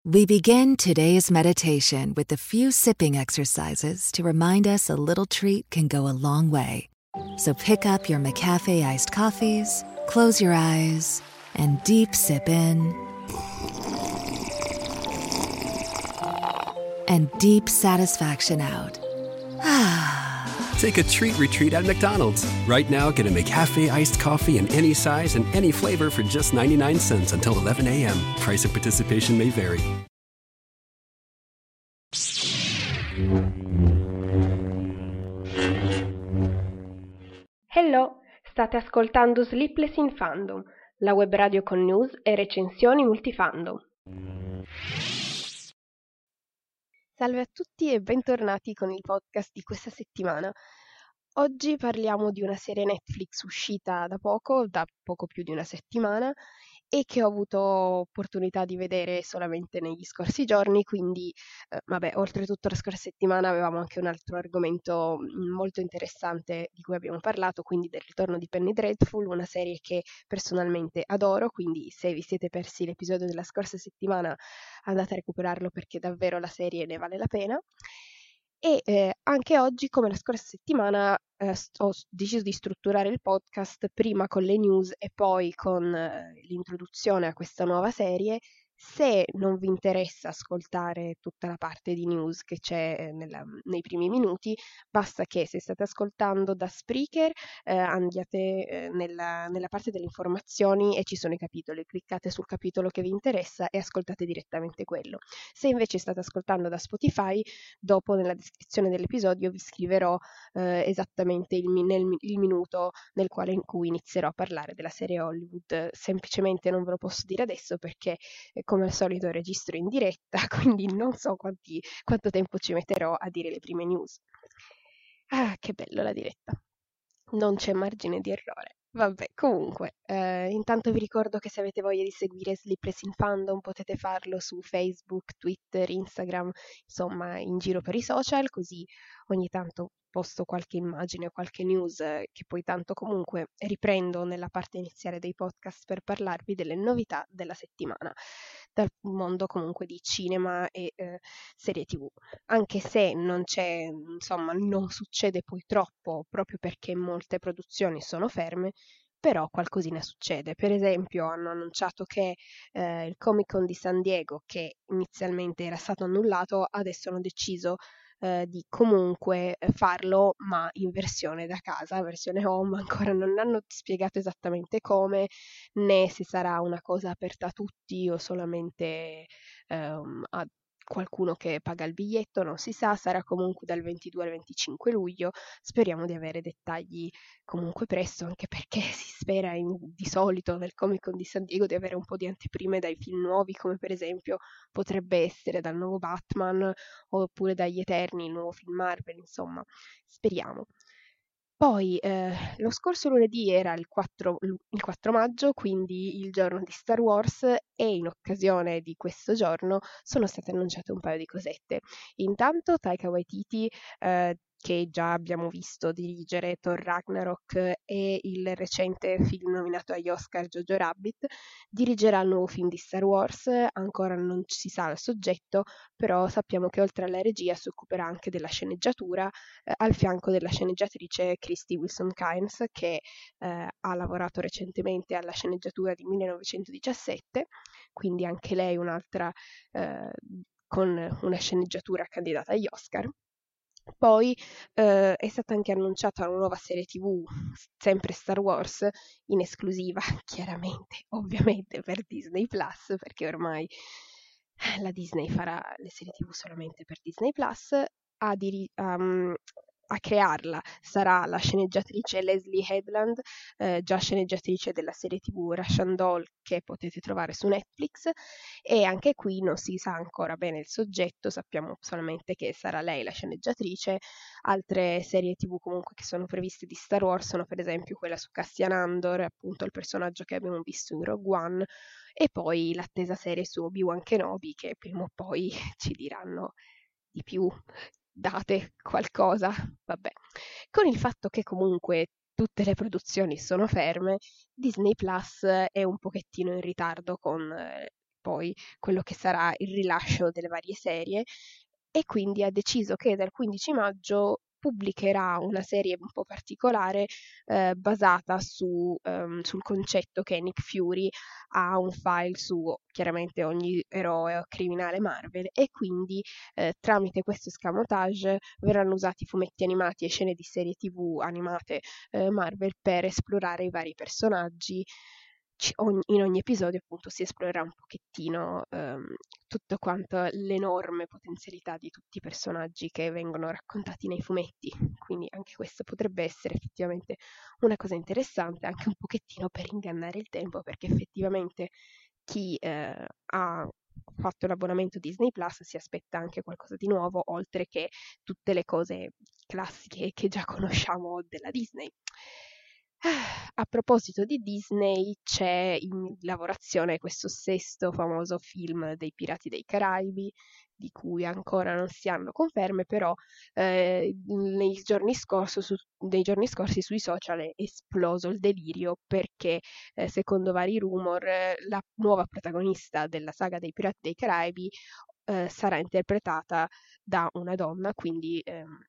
We begin today's meditation with a few sipping exercises to remind us a little treat can go a long way. So pick up your McCafe iced coffees, close your eyes, and deep sip in. And deep satisfaction out. Take a treat retreat at McDonald's. Right now, get a McCafe iced coffee in any size and any flavor for just 99 cents until 11 a.m. Price of participation may vary. Hello, state ascoltando Sleepless in Fandom, la web radio con news e recensioni multifandom. Salve a tutti e bentornati con il podcast di questa settimana. Oggi parliamo di una serie Netflix uscita da poco più di una settimana, e che ho avuto opportunità di vedere solamente negli scorsi giorni, quindi oltretutto la scorsa settimana avevamo anche un altro argomento molto interessante di cui abbiamo parlato, quindi del ritorno di Penny Dreadful, una serie che personalmente adoro, quindi se vi siete persi l'episodio della scorsa settimana andate a recuperarlo perché davvero la serie ne vale la pena. E anche oggi, come la scorsa settimana, ho deciso di strutturare il podcast prima con le news e poi con l'introduzione a questa nuova serie. Se non vi interessa ascoltare tutta la parte di news che c'è nei primi minuti, basta che, se state ascoltando da Spreaker, andiate nella parte delle informazioni e ci sono i capitoli, cliccate sul capitolo che vi interessa e ascoltate direttamente quello. Se invece state ascoltando da Spotify, dopo nella descrizione dell'episodio vi scriverò esattamente il minuto in cui inizierò a parlare della serie Hollywood. Semplicemente non ve lo posso dire adesso perché come al solito registro in diretta, quindi non so quanto tempo ci metterò a dire le prime news. Ah, che bello la diretta! Non c'è margine di errore. Vabbè, comunque, intanto vi ricordo che se avete voglia di seguire Sleepless in Fandom potete farlo su Facebook, Twitter, Instagram, insomma in giro per i social, così ogni tanto posto qualche immagine o qualche news che poi tanto comunque riprendo nella parte iniziale dei podcast per parlarvi delle novità della settimana, dal mondo comunque di cinema e serie TV. Anche se non succede poi troppo, proprio perché molte produzioni sono ferme, però qualcosina succede. Per esempio hanno annunciato che il Comic Con di San Diego, che inizialmente era stato annullato, adesso hanno deciso di comunque farlo, ma in versione da casa, versione home. Ancora non hanno spiegato esattamente come, né se sarà una cosa aperta a tutti o solamente a qualcuno che paga il biglietto, non si sa. Sarà comunque dal 22 al 25 luglio, speriamo di avere dettagli comunque presto, anche perché si spera di solito nel Comic Con di San Diego di avere un po' di anteprime dai film nuovi, come per esempio potrebbe essere dal nuovo Batman oppure dagli Eterni, il nuovo film Marvel, insomma, speriamo. Poi lo scorso lunedì era il 4 maggio, quindi il giorno di Star Wars, e in occasione di questo giorno sono state annunciate un paio di cosette. Intanto Taika Waititi, che già abbiamo visto dirigere Thor Ragnarok e il recente film nominato agli Oscar Jojo Rabbit, dirigerà il nuovo film di Star Wars. Ancora non si sa il soggetto, però sappiamo che oltre alla regia si occuperà anche della sceneggiatura, al fianco della sceneggiatrice Krysty Wilson-Cairns, che ha lavorato recentemente alla sceneggiatura di 1917, quindi anche lei un'altra con una sceneggiatura candidata agli Oscar. Poi è stata anche annunciata una nuova serie TV, sempre Star Wars, in esclusiva, chiaramente, ovviamente per Disney Plus, perché ormai la Disney farà le serie TV solamente per Disney Plus. A crearla sarà la sceneggiatrice Leslie Headland, già sceneggiatrice della serie TV Russian Doll, che potete trovare su Netflix, e anche qui non si sa ancora bene il soggetto, sappiamo solamente che sarà lei la sceneggiatrice. Altre serie TV comunque che sono previste di Star Wars sono per esempio quella su Cassian Andor, appunto il personaggio che abbiamo visto in Rogue One, e poi l'attesa serie su Obi-Wan Kenobi, che prima o poi ci diranno di più, date qualcosa. Vabbè, con il fatto che comunque tutte le produzioni sono ferme, Disney Plus è un pochettino in ritardo con poi quello che sarà il rilascio delle varie serie, e quindi ha deciso che dal 15 maggio pubblicherà una serie un po' particolare basata sul concetto che Nick Fury ha un file su chiaramente ogni eroe o criminale Marvel, e quindi tramite questo escamotage verranno usati fumetti animati e scene di serie TV animate Marvel per esplorare i vari personaggi. In ogni episodio appunto si esplorerà un pochettino tutto quanto l'enorme potenzialità di tutti i personaggi che vengono raccontati nei fumetti, quindi anche questo potrebbe essere effettivamente una cosa interessante, anche un pochettino per ingannare il tempo, perché effettivamente chi ha fatto l'abbonamento Disney Plus si aspetta anche qualcosa di nuovo, oltre che tutte le cose classiche che già conosciamo della Disney. A proposito di Disney, c'è in lavorazione questo sesto famoso film dei Pirati dei Caraibi, di cui ancora non si hanno conferme, però nei giorni scorsi sui social è esploso il delirio perché, secondo vari rumor, la nuova protagonista della saga dei Pirati dei Caraibi sarà interpretata da una donna, quindi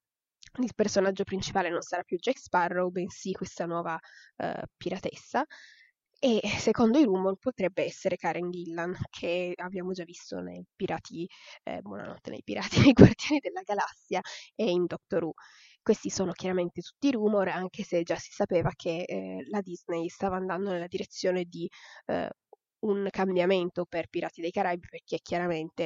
il personaggio principale non sarà più Jack Sparrow, bensì questa nuova piratessa, e secondo i rumor potrebbe essere Karen Gillan, che abbiamo già visto nei Pirati, buonanotte nei Pirati, nei Guardiani della Galassia e in Doctor Who. Questi sono chiaramente tutti rumor, anche se già si sapeva che la Disney stava andando nella direzione di un cambiamento per Pirati dei Caraibi, perché chiaramente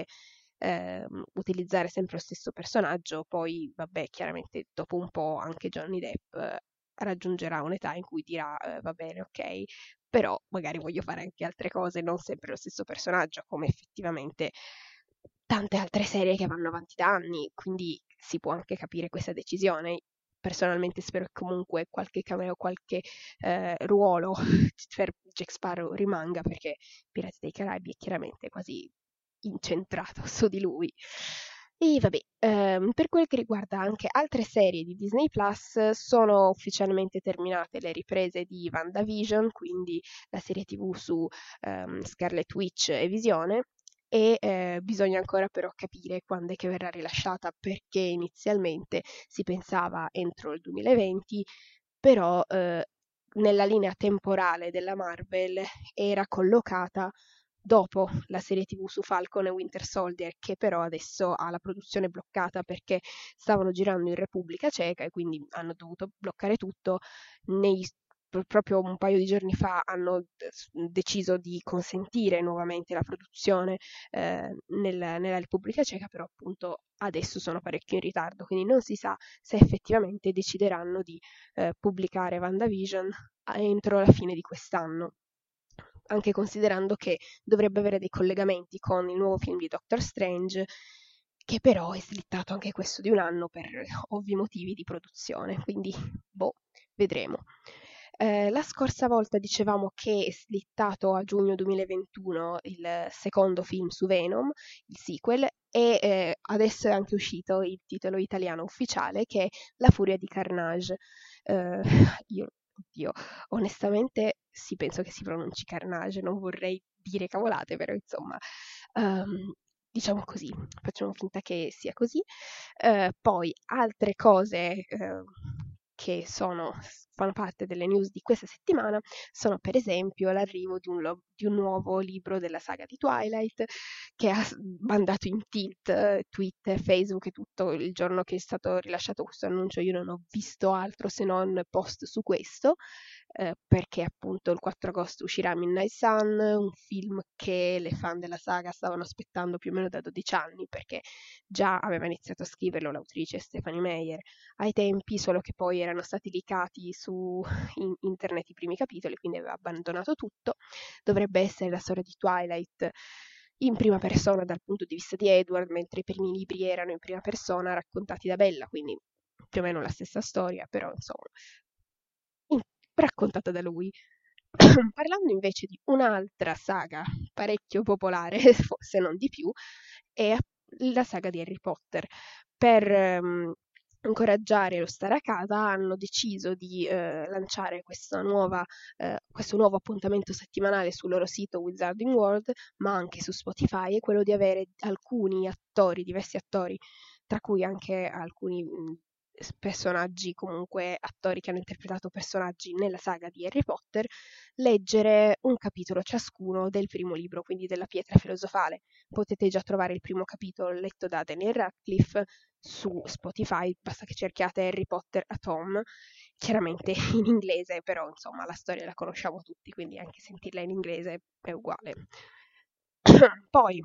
utilizzare sempre lo stesso personaggio, poi vabbè, chiaramente dopo un po' anche Johnny Depp raggiungerà un'età in cui dirà va bene, ok, però magari voglio fare anche altre cose, non sempre lo stesso personaggio, come effettivamente tante altre serie che vanno avanti da anni, quindi si può anche capire questa decisione. Personalmente spero che comunque qualche cameo, qualche ruolo per Jack Sparrow rimanga, perché Pirati dei Caraibi è chiaramente quasi incentrato su di lui. E vabbè, per quel che riguarda anche altre serie di Disney Plus, sono ufficialmente terminate le riprese di WandaVision, quindi la serie TV su Scarlet Witch e Visione, e bisogna ancora però capire quando è che verrà rilasciata, perché inizialmente si pensava entro il 2020, però nella linea temporale della Marvel era collocata dopo la serie TV su Falcon e Winter Soldier, che però adesso ha la produzione bloccata perché stavano girando in Repubblica Ceca e quindi hanno dovuto bloccare tutto. Proprio un paio di giorni fa hanno deciso di consentire nuovamente la produzione nella Repubblica Ceca, però appunto adesso sono parecchio in ritardo, quindi non si sa se effettivamente decideranno di pubblicare WandaVision entro la fine di quest'anno, anche considerando che dovrebbe avere dei collegamenti con il nuovo film di Doctor Strange, che però è slittato anche questo di un anno per ovvi motivi di produzione, quindi boh, vedremo. La scorsa volta dicevamo che è slittato a giugno 2021 il secondo film su Venom, il sequel, e adesso è anche uscito il titolo italiano ufficiale, che è La furia di Carnage. Oddio, onestamente sì, penso che si pronunci Carnage, non vorrei dire cavolate, però insomma, diciamo così, facciamo finta che sia così. Poi altre cose che fanno parte delle news di questa settimana sono per esempio l'arrivo di un nuovo libro della saga di Twilight, che ha mandato in tilt Twitter, Facebook e tutto. Il giorno che è stato rilasciato questo annuncio io non ho visto altro se non post su questo, perché appunto il 4 agosto uscirà Midnight Sun, un film che le fan della saga stavano aspettando più o meno da 12 anni, perché già aveva iniziato a scriverlo l'autrice Stephanie Meyer ai tempi, solo che poi erano stati leakati su internet i primi capitoli, quindi aveva abbandonato tutto. Dovrebbe essere la storia di Twilight in prima persona dal punto di vista di Edward, mentre i primi libri erano in prima persona raccontati da Bella, quindi più o meno la stessa storia, però insomma raccontata da lui. Parlando invece di un'altra saga parecchio popolare, se non di più, è la saga di Harry Potter. Per incoraggiare lo stare a casa, hanno deciso di lanciare questo nuovo appuntamento settimanale sul loro sito Wizarding World, ma anche su Spotify, è quello di avere alcuni attori, diversi attori, tra cui anche alcuni personaggi, comunque attori che hanno interpretato personaggi nella saga di Harry Potter, leggere un capitolo ciascuno del primo libro, quindi della Pietra Filosofale. Potete già trovare il primo capitolo letto da Daniel Radcliffe su Spotify, basta che cerchiate Harry Potter at Home, chiaramente in inglese, però insomma la storia la conosciamo tutti, quindi anche sentirla in inglese è uguale. Poi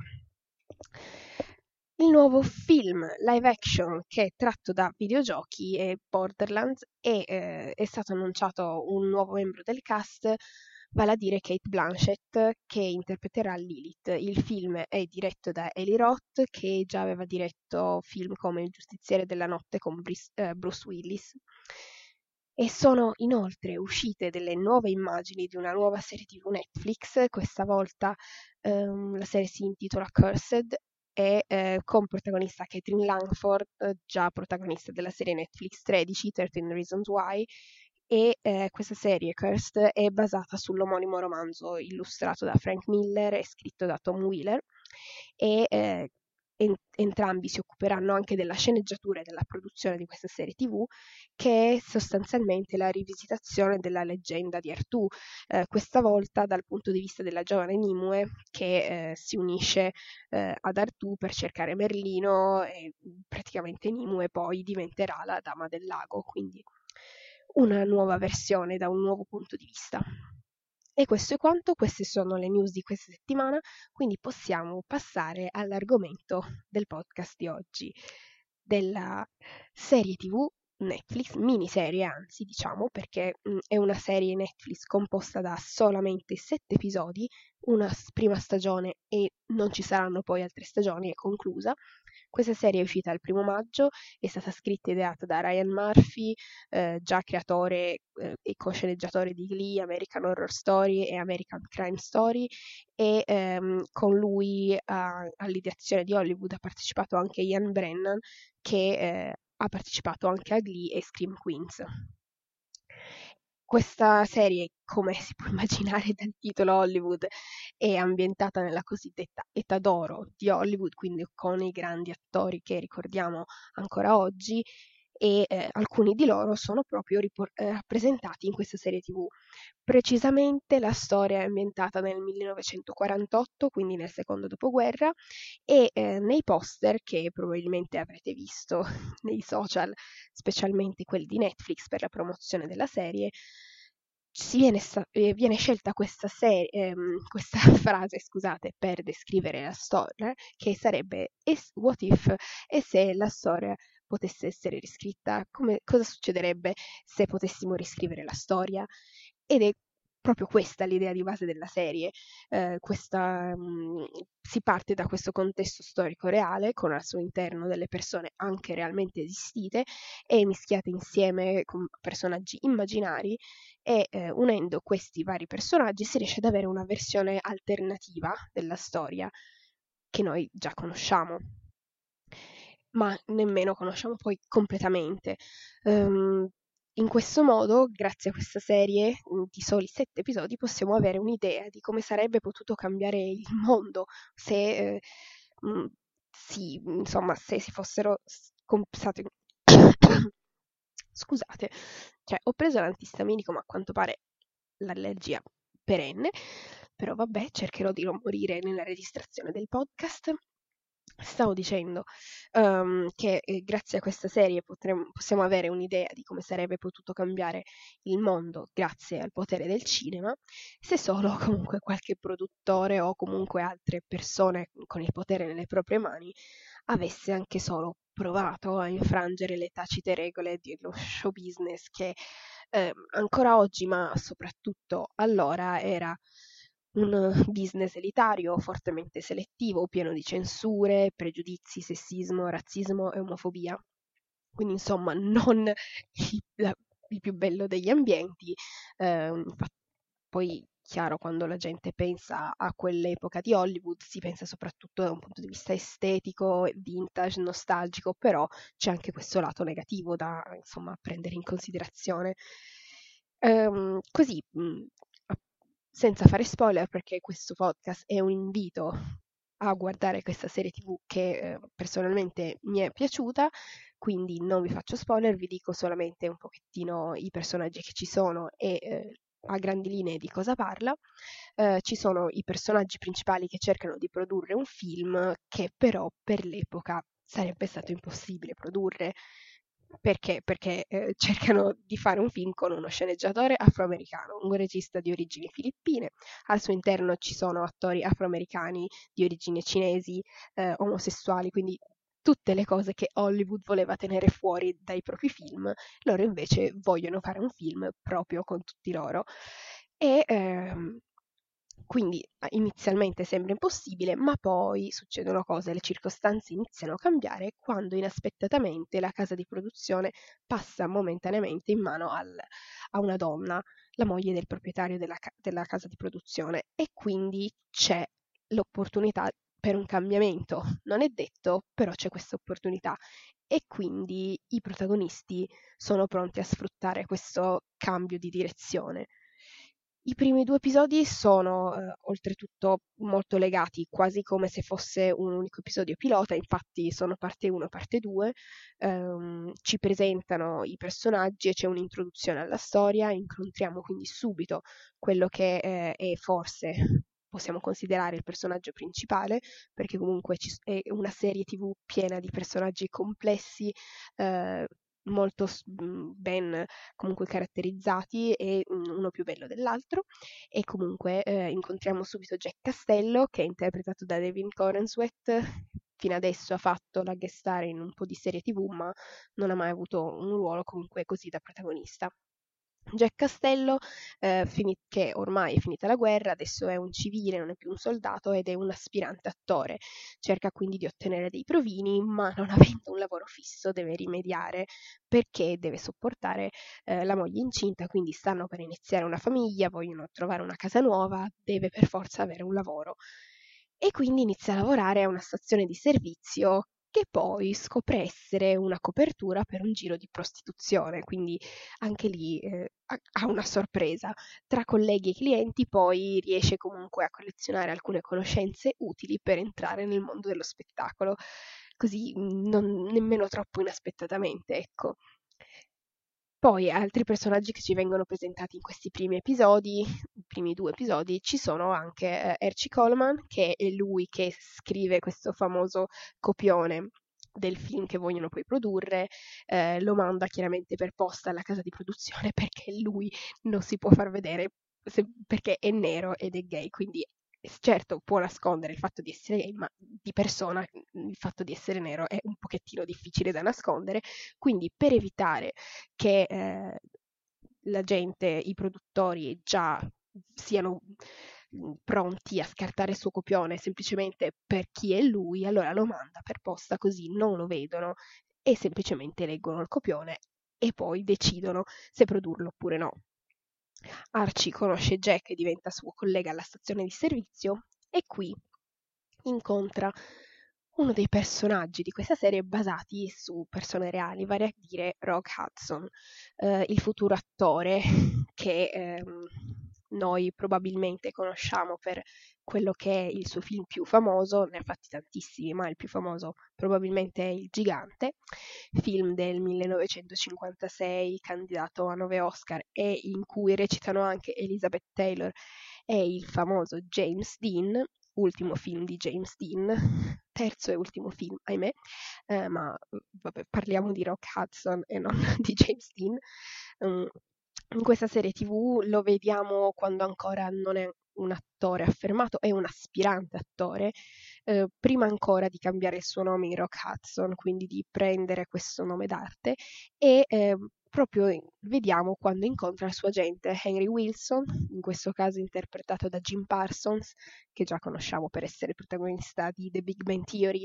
il nuovo film live action che è tratto da videogiochi è Borderlands e è stato annunciato un nuovo membro del cast, vale a dire Cate Blanchett, che interpreterà Lilith. Il film è diretto da Eli Roth, che già aveva diretto film come Il giustiziere della notte con Bruce Willis. E sono inoltre uscite delle nuove immagini di una nuova serie TV Netflix, questa volta la serie si intitola Cursed e con protagonista Catherine Langford, già protagonista della serie Netflix 13, 13 Reasons Why, e questa serie Cursed è basata sull'omonimo romanzo illustrato da Frank Miller e scritto da Tom Wheeler e entrambi si occuperanno anche della sceneggiatura e della produzione di questa serie TV, che è sostanzialmente la rivisitazione della leggenda di Artù, questa volta dal punto di vista della giovane Nimue che si unisce ad Artù per cercare Merlino e praticamente Nimue poi diventerà la Dama del Lago, quindi una nuova versione da un nuovo punto di vista. E questo è quanto, queste sono le news di questa settimana, quindi possiamo passare all'argomento del podcast di oggi, della serie TV Netflix, miniserie anzi diciamo, perché è una serie Netflix composta da solamente 7 episodi, una prima stagione e non ci saranno poi altre stagioni, è conclusa. Questa serie è uscita il 1 maggio, è stata scritta e ideata da Ryan Murphy, già creatore e co-sceneggiatore di Glee, American Horror Story e American Crime Story, e con lui all'ideazione di Hollywood ha partecipato anche Ian Brennan, che ha partecipato anche a Glee e Scream Queens. Questa serie, come si può immaginare dal titolo Hollywood, è ambientata nella cosiddetta età d'oro di Hollywood, quindi con i grandi attori che ricordiamo ancora oggi, e alcuni di loro sono proprio rappresentati in questa serie TV. Precisamente la storia è ambientata nel 1948, quindi nel secondo dopoguerra, e nei poster che probabilmente avrete visto nei social, specialmente quelli di Netflix per la promozione della serie, viene scelta questa frase, scusate, per descrivere la storia, che sarebbe what if, e se la storia potesse essere riscritta, cosa succederebbe se potessimo riscrivere la storia? Ed è proprio questa l'idea di base della serie. Si parte da questo contesto storico reale, con al suo interno delle persone anche realmente esistite e mischiate insieme con personaggi immaginari, e unendo questi vari personaggi si riesce ad avere una versione alternativa della storia che noi già conosciamo, ma nemmeno conosciamo poi completamente. In questo modo, grazie a questa serie di soli 7 episodi, possiamo avere un'idea di come sarebbe potuto cambiare il mondo se se si fossero state scusate, cioè ho preso l'antistaminico, ma a quanto pare l'allergia perenne, però vabbè, cercherò di non morire nella registrazione del podcast. Stavo dicendo che grazie a questa serie possiamo avere un'idea di come sarebbe potuto cambiare il mondo grazie al potere del cinema, se solo comunque qualche produttore o comunque altre persone con il potere nelle proprie mani avesse anche solo provato a infrangere le tacite regole dello show business che ancora oggi, ma soprattutto allora, era un business elitario, fortemente selettivo, pieno di censure, pregiudizi, sessismo, razzismo e omofobia. Quindi insomma non il più bello degli ambienti. Poi chiaro, quando la gente pensa a quell'epoca di Hollywood si pensa soprattutto da un punto di vista estetico, vintage, nostalgico, però c'è anche questo lato negativo da, insomma, prendere in considerazione. Così, senza fare spoiler, perché questo podcast è un invito a guardare questa serie TV che personalmente mi è piaciuta, quindi non vi faccio spoiler, vi dico solamente un pochettino i personaggi che ci sono e a grandi linee di cosa parla. Ci sono i personaggi principali che cercano di produrre un film che però per l'epoca sarebbe stato impossibile produrre. Perché? Perché cercano di fare un film con uno sceneggiatore afroamericano, un regista di origini filippine, al suo interno ci sono attori afroamericani di origini cinesi, omosessuali, quindi tutte le cose che Hollywood voleva tenere fuori dai propri film, loro invece vogliono fare un film proprio con tutti loro. E quindi inizialmente sembra impossibile, ma poi succedono cose, le circostanze iniziano a cambiare quando inaspettatamente la casa di produzione passa momentaneamente in mano a una donna, la moglie del proprietario della casa di produzione, e quindi c'è l'opportunità per un cambiamento. Non è detto, però c'è questa opportunità e quindi i protagonisti sono pronti a sfruttare questo cambio di direzione. I primi 2 episodi sono, oltretutto molto legati, quasi come se fosse un unico episodio pilota, infatti sono parte 1 e parte 2, ci presentano i personaggi e c'è un'introduzione alla storia, incontriamo quindi subito quello che, è forse possiamo considerare il personaggio principale, perché comunque è una serie TV piena di personaggi complessi, molto ben comunque caratterizzati e uno più bello dell'altro, e comunque incontriamo subito Jack Castello che è interpretato da Devin Corenswet. Fino adesso ha fatto la guest star in un po' di serie TV, ma non ha mai avuto un ruolo comunque così da protagonista. Jack Castello, che ormai è finita la guerra, adesso è un civile, non è più un soldato ed è un aspirante attore. Cerca quindi di ottenere dei provini, ma non avendo un lavoro fisso deve rimediare perché deve sopportare la moglie incinta, quindi stanno per iniziare una famiglia, vogliono trovare una casa nuova, deve per forza avere un lavoro. E quindi inizia a lavorare a una stazione di servizio che poi scopre essere una copertura per un giro di prostituzione, quindi anche lì ha una sorpresa. Tra colleghi e clienti poi riesce comunque a collezionare alcune conoscenze utili per entrare nel mondo dello spettacolo, così non nemmeno troppo inaspettatamente, ecco. Poi altri personaggi che ci vengono presentati in questi primi episodi, i primi 2 episodi, ci sono anche Archie Coleman, che è lui che scrive questo famoso copione del film che vogliono poi produrre, lo manda chiaramente per posta alla casa di produzione perché lui non si può far vedere perché è nero ed è gay, quindi certo può nascondere il fatto di essere gay, ma di persona il fatto di essere nero è un pochettino difficile da nascondere, quindi per evitare che la gente, i produttori già siano pronti a scartare il suo copione semplicemente per chi è lui, allora lo manda per posta così non lo vedono e semplicemente leggono il copione e poi decidono se produrlo oppure no. Archie conosce Jack e diventa suo collega alla stazione di servizio e qui incontra uno dei personaggi di questa serie basati su persone reali, vale a dire Rock Hudson, il futuro attore che noi probabilmente conosciamo per quello che è il suo film più famoso, ne ha fatti tantissimi, ma il più famoso probabilmente è Il Gigante, film del 1956, candidato a 9 Oscar e in cui recitano anche Elizabeth Taylor e il famoso James Dean, ultimo film di James Dean, terzo e ultimo film, ahimè, ma vabbè, parliamo di Rock Hudson e non di James Dean. In questa serie TV lo vediamo quando ancora non è un attore affermato, è un aspirante attore, prima ancora di cambiare il suo nome in Rock Hudson, quindi di prendere questo nome d'arte, e proprio vediamo quando incontra il suo agente Henry Wilson, in questo caso interpretato da Jim Parsons, che già conosciamo per essere il protagonista di The Big Bang Theory,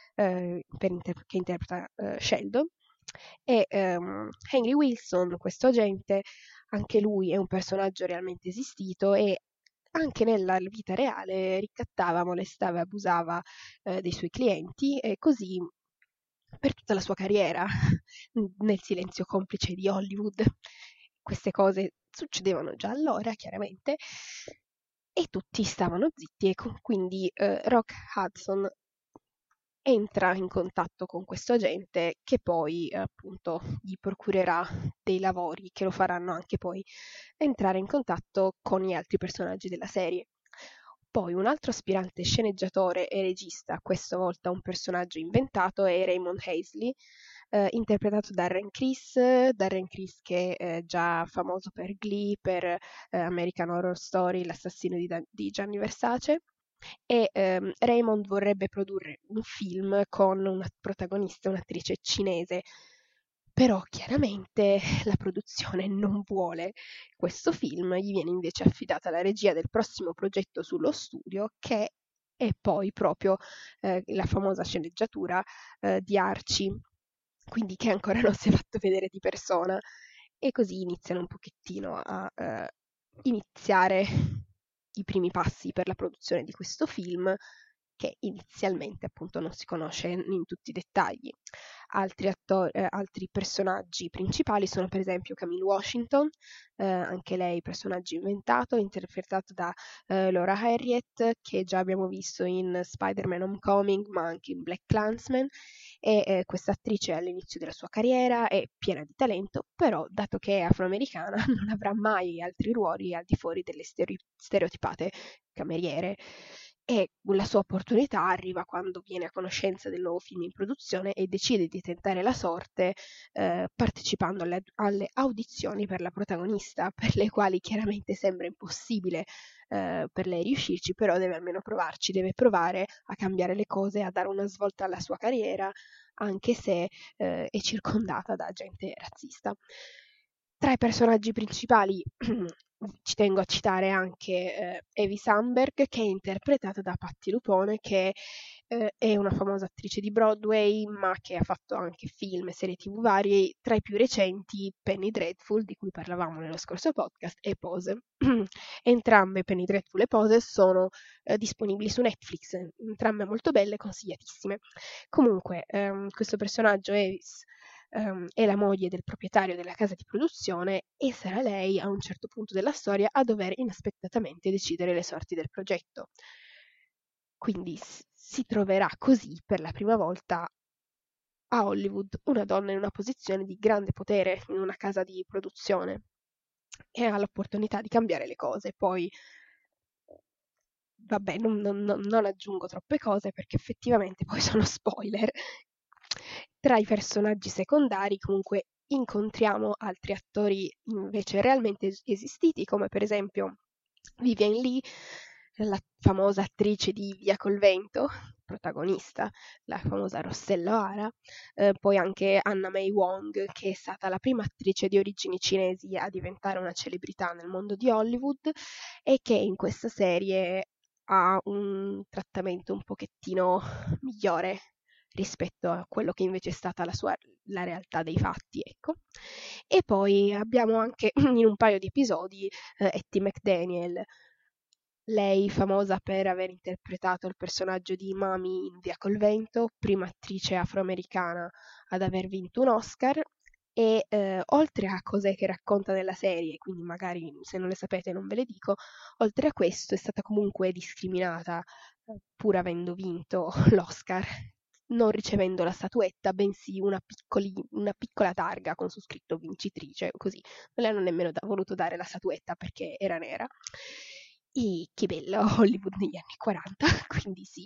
che interpreta Sheldon. E Henry Wilson, questo agente, anche lui è un personaggio realmente esistito e anche nella vita reale ricattava, molestava e abusava dei suoi clienti e così per tutta la sua carriera nel silenzio complice di Hollywood. Queste cose succedevano già allora, chiaramente, e tutti stavano zitti e quindi Rock Hudson entra in contatto con questo agente che poi appunto gli procurerà dei lavori che lo faranno anche poi entrare in contatto con gli altri personaggi della serie. Poi un altro aspirante sceneggiatore e regista, questa volta un personaggio inventato, è Raymond Hazley, interpretato da Darren Criss che è già famoso per Glee, per American Horror Story, l'assassino di Gianni Versace. E Raymond vorrebbe produrre un film con una protagonista, un'attrice cinese, però chiaramente la produzione non vuole questo film, gli viene invece affidata la regia del prossimo progetto sullo studio, che è poi proprio la famosa sceneggiatura di Archie, quindi che ancora non si è fatto vedere di persona. E così iniziano un pochettino a iniziare i primi passi per la produzione di questo film, che inizialmente appunto non si conosce in tutti i dettagli. Altri personaggi principali sono per esempio Camille Washington, anche lei personaggio inventato, interpretato da Laura Harriet, che già abbiamo visto in Spider-Man Homecoming, ma anche in BlacKkKlansman. E questa attrice all'inizio della sua carriera è piena di talento, però dato che è afroamericana non avrà mai altri ruoli al di fuori delle stereotipate cameriere. E la sua opportunità arriva quando viene a conoscenza del nuovo film in produzione e decide di tentare la sorte partecipando alle audizioni per la protagonista, per le quali chiaramente sembra impossibile per lei riuscirci, però deve almeno provarci, deve provare a cambiare le cose, a dare una svolta alla sua carriera, anche se è circondata da gente razzista. Tra i personaggi principali ci tengo a citare anche Evi Samberg, che è interpretata da Patti Lupone, che è una famosa attrice di Broadway, ma che ha fatto anche film e serie TV varie, tra i più recenti Penny Dreadful, di cui parlavamo nello scorso podcast, e Pose. Entrambe, Penny Dreadful e Pose, sono disponibili su Netflix, entrambe molto belle, consigliatissime. Comunque, questo personaggio, Evis, è la moglie del proprietario della casa di produzione e sarà lei a un certo punto della storia a dover inaspettatamente decidere le sorti del progetto. Quindi si troverà così per la prima volta a Hollywood una donna in una posizione di grande potere in una casa di produzione e ha l'opportunità di cambiare le cose. Poi vabbè, non aggiungo troppe cose perché effettivamente poi sono spoiler. Tra i personaggi secondari comunque incontriamo altri attori invece realmente esistiti, come per esempio Vivien Leigh, la famosa attrice di Via col vento, protagonista, la famosa Rossella O'Hara, poi anche Anna May Wong, che è stata la prima attrice di origini cinesi a diventare una celebrità nel mondo di Hollywood e che in questa serie ha un trattamento un pochettino migliore rispetto a quello che invece è stata la realtà dei fatti, ecco. E poi abbiamo anche in un paio di episodi Hattie McDaniel, lei famosa per aver interpretato il personaggio di Mami in Via col vento, prima attrice afroamericana ad aver vinto un Oscar. E oltre a cose che racconta nella serie, quindi magari se non le sapete non ve le dico, oltre a questo è stata comunque discriminata pur avendo vinto l'Oscar, non ricevendo la statuetta, bensì una piccola targa con su scritto vincitrice, così non le hanno nemmeno voluto dare la statuetta perché era nera. E che bello, Hollywood negli anni 40, quindi sì,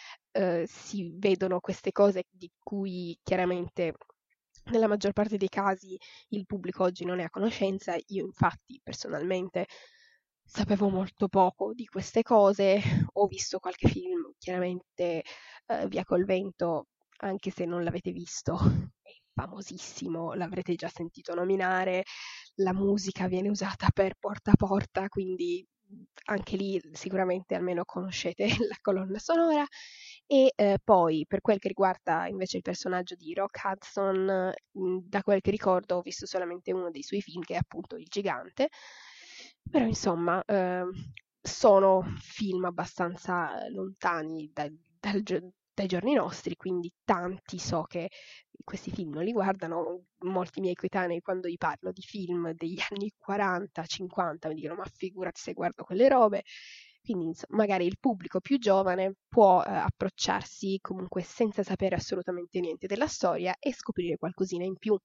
si vedono queste cose di cui chiaramente nella maggior parte dei casi il pubblico oggi non è a conoscenza. Io infatti personalmente sapevo molto poco di queste cose, ho visto qualche film, chiaramente Via col vento, anche se non l'avete visto, è famosissimo, l'avrete già sentito nominare, la musica viene usata per Porta a Porta, quindi anche lì sicuramente almeno conoscete la colonna sonora. E poi per quel che riguarda invece il personaggio di Rock Hudson, da quel che ricordo ho visto solamente uno dei suoi film che è appunto Il Gigante, però insomma sono film abbastanza lontani dai giorni nostri, quindi tanti so che questi film non li guardano. Molti miei coetanei, quando gli parlo di film degli anni 40, 50, mi dicono: ma figurati se guardo quelle robe. Quindi magari il pubblico più giovane può approcciarsi comunque senza sapere assolutamente niente della storia e scoprire qualcosina in più.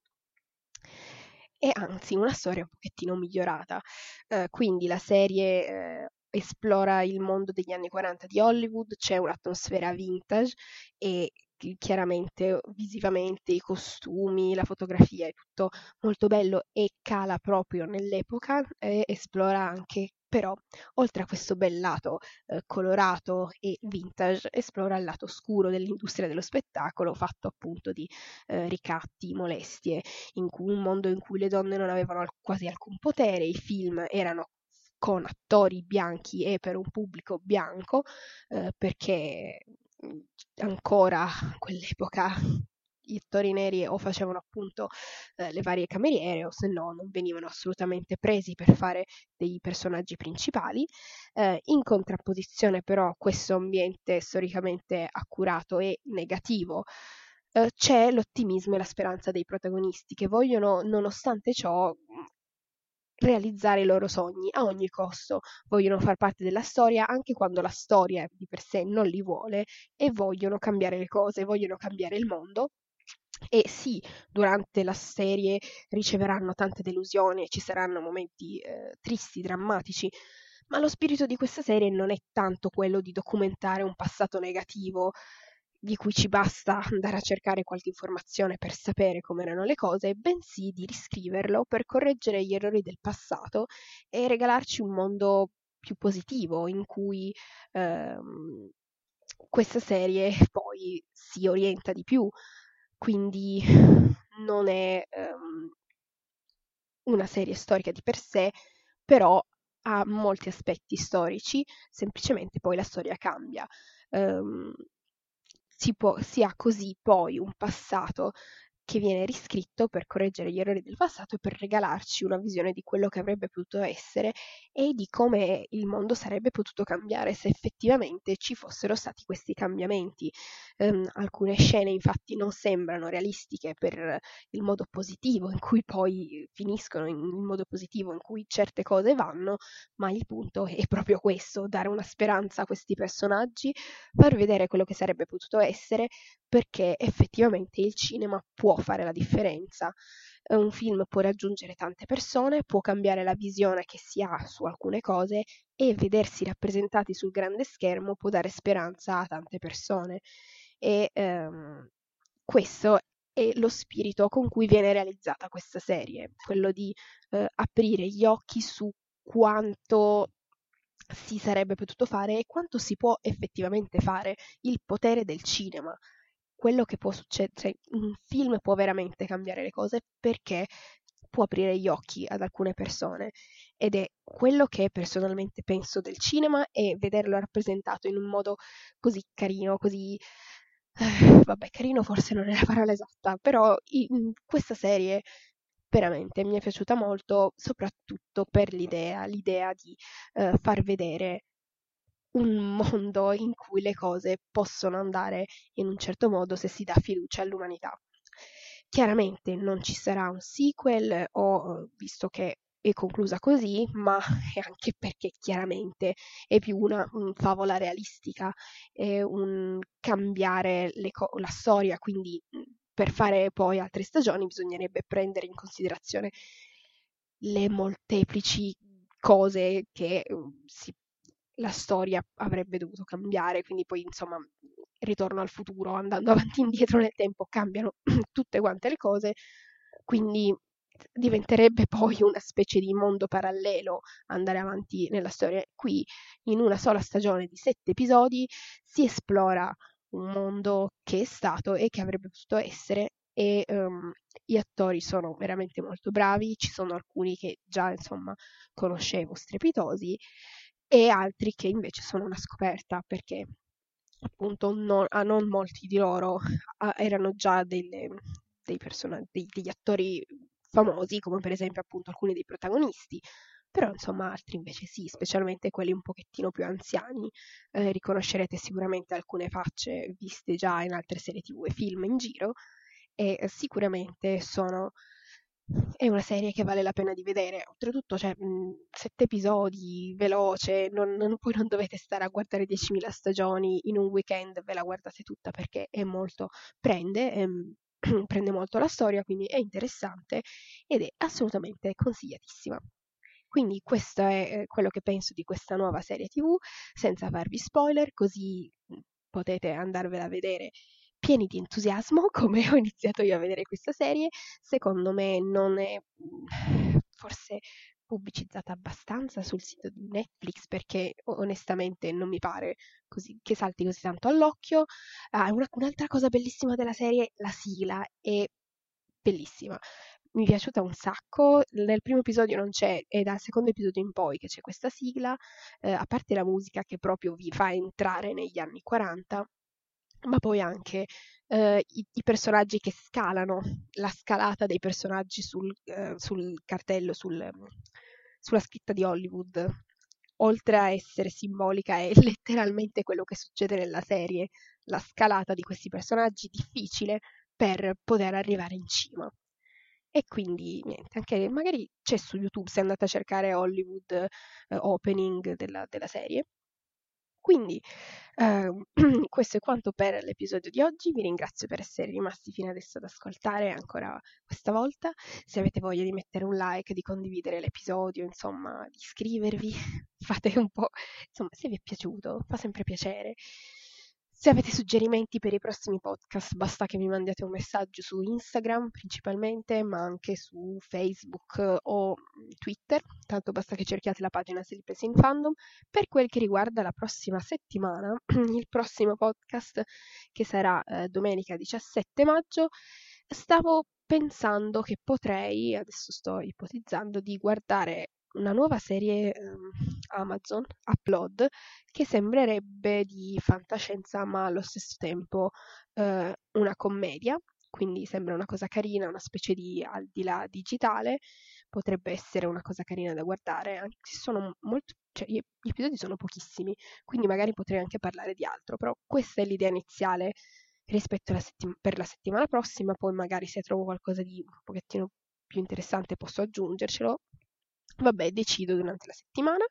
E anzi, una storia un pochettino migliorata. Quindi la serie esplora il mondo degli anni 40 di Hollywood, c'è un'atmosfera vintage e chiaramente visivamente i costumi, la fotografia è tutto molto bello e cala proprio nell'epoca e esplora anche però, oltre a questo bel lato colorato e vintage, esplora il lato oscuro dell'industria dello spettacolo, fatto appunto di ricatti, molestie, un mondo in cui le donne non avevano quasi alcun potere, i film erano con attori bianchi e per un pubblico bianco, perché ancora a quell'epoca gli attori neri o facevano appunto le varie cameriere o se no non venivano assolutamente presi per fare dei personaggi principali. In contrapposizione però a questo ambiente storicamente accurato e negativo c'è l'ottimismo e la speranza dei protagonisti che vogliono, nonostante ciò, realizzare i loro sogni a ogni costo, vogliono far parte della storia anche quando la storia di per sé non li vuole e vogliono cambiare le cose, vogliono cambiare il mondo. E sì, durante la serie riceveranno tante delusioni e ci saranno momenti tristi, drammatici, ma lo spirito di questa serie non è tanto quello di documentare un passato negativo di cui ci basta andare a cercare qualche informazione per sapere come erano le cose, bensì di riscriverlo per correggere gli errori del passato e regalarci un mondo più positivo in cui questa serie poi si orienta di più, quindi non è una serie storica di per sé, però ha molti aspetti storici, semplicemente poi la storia cambia. Ehm, si ha così poi un passato che viene riscritto per correggere gli errori del passato e per regalarci una visione di quello che avrebbe potuto essere e di come il mondo sarebbe potuto cambiare se effettivamente ci fossero stati questi cambiamenti. Alcune scene infatti non sembrano realistiche per il modo positivo in cui poi finiscono, il modo positivo in cui certe cose vanno, ma il punto è proprio questo: dare una speranza a questi personaggi, far vedere quello che sarebbe potuto essere, perché effettivamente il cinema può fare la differenza. Un film può raggiungere tante persone, può cambiare la visione che si ha su alcune cose e vedersi rappresentati sul grande schermo può dare speranza a tante persone. E questo è lo spirito con cui viene realizzata questa serie, quello di aprire gli occhi su quanto si sarebbe potuto fare e quanto si può effettivamente fare, il potere del cinema, quello che può succedere, cioè un film può veramente cambiare le cose perché può aprire gli occhi ad alcune persone ed è quello che personalmente penso del cinema e vederlo rappresentato in un modo così carino, così vabbè, carino forse non è la parola esatta, però questa serie veramente mi è piaciuta molto, soprattutto per l'idea di far vedere un mondo in cui le cose possono andare in un certo modo se si dà fiducia all'umanità. Chiaramente non ci sarà un sequel, visto che è conclusa così, ma è anche perché chiaramente è più una favola realistica, è un cambiare la storia, quindi per fare poi altre stagioni bisognerebbe prendere in considerazione le molteplici cose che la storia avrebbe dovuto cambiare, quindi poi insomma Ritorno al futuro, andando avanti e indietro nel tempo, cambiano tutte quante le cose, quindi diventerebbe poi una specie di mondo parallelo andare avanti nella storia. Qui, in una sola stagione di 7 episodi, si esplora un mondo che è stato e che avrebbe potuto essere e gli attori sono veramente molto bravi, ci sono alcuni che già insomma conoscevo strepitosi e altri che invece sono una scoperta perché appunto non molti di loro erano già degli attori famosi, come per esempio appunto alcuni dei protagonisti, però insomma altri invece sì, specialmente quelli un pochettino più anziani. Riconoscerete sicuramente alcune facce viste già in altre serie TV e film in giro, e sicuramente è una serie che vale la pena di vedere. Oltretutto c'è 7 episodi, veloce, poi non dovete stare a guardare 10.000 stagioni in un weekend, ve la guardate tutta perché è molto, prende molto la storia, quindi è interessante ed è assolutamente consigliatissima. Quindi questo è quello che penso di questa nuova serie TV, senza farvi spoiler, così potete andarvela a vedere pieni di entusiasmo, come ho iniziato io a vedere questa serie. Secondo me non è forse pubblicizzata abbastanza sul sito di Netflix, perché onestamente non mi pare così, che salti così tanto all'occhio. Un'altra cosa bellissima della serie, la sigla è bellissima. Mi è piaciuta un sacco. Nel primo episodio non c'è, è dal secondo episodio in poi che c'è questa sigla, a parte la musica che proprio vi fa entrare negli anni 40, ma poi anche i personaggi che scalano, la scalata dei personaggi sul cartello, sulla scritta di Hollywood, oltre a essere simbolica, è letteralmente quello che succede nella serie, la scalata di questi personaggi difficile per poter arrivare in cima. E quindi niente, anche magari c'è su YouTube se andate a cercare Hollywood opening della serie. Quindi questo è quanto per l'episodio di oggi. Vi ringrazio per essere rimasti fino adesso ad ascoltare ancora questa volta. Se avete voglia di mettere un like, di condividere l'episodio, insomma, di iscrivervi, fate un po', insomma, se vi è piaciuto, fa sempre piacere. Se avete suggerimenti per i prossimi podcast, basta che mi mandiate un messaggio su Instagram principalmente, ma anche su Facebook o Twitter, tanto basta che cerchiate la pagina Sleepless in Fandom. Per quel che riguarda la prossima settimana, il prossimo podcast, che sarà domenica 17 maggio, stavo pensando che potrei, adesso sto ipotizzando, di guardare una nuova serie Amazon, Upload, che sembrerebbe di fantascienza ma allo stesso tempo una commedia, quindi sembra una cosa carina, una specie di al di là digitale, potrebbe essere una cosa carina da guardare, anche se sono molto, cioè, gli episodi sono pochissimi, quindi magari potrei anche parlare di altro, però questa è l'idea iniziale rispetto per la settimana prossima. Poi magari se trovo qualcosa di un pochettino più interessante posso aggiungercelo. Vabbè, decido durante la settimana.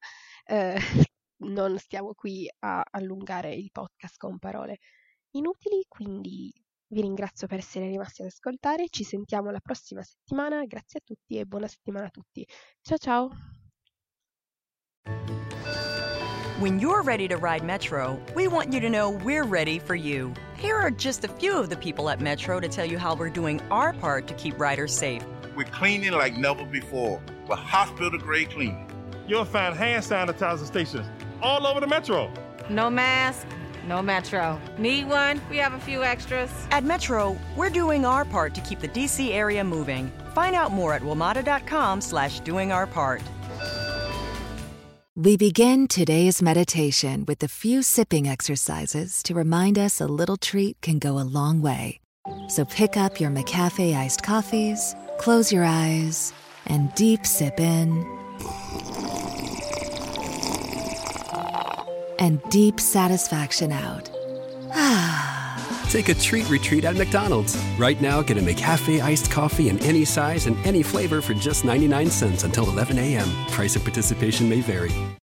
Non stiamo qui a allungare il podcast con parole inutili, quindi vi ringrazio per essere rimasti ad ascoltare. Ci sentiamo la prossima settimana. Grazie a tutti e buona settimana a tutti. Ciao ciao! When you're ready to ride Metro, we want you to know we're ready for you. Here are just a few of the people at Metro to tell you how we're doing our part to keep riders safe. We're cleaning like never before with hospital-grade cleaning. You'll find hand sanitizer stations all over the Metro. No mask, no Metro. Need one? We have a few extras. At Metro, we're doing our part to keep the DC area moving. Find out more at WMATA.com/doingourpart. We begin today's meditation with a few sipping exercises to remind us a little treat can go a long way. So pick up your McCafe iced coffees, close your eyes, and deep sip in. And deep satisfaction out. Take a treat retreat at McDonald's. Right now, get a McCafe iced coffee in any size and any flavor for just 99 cents until 11 a.m. Price and participation may vary.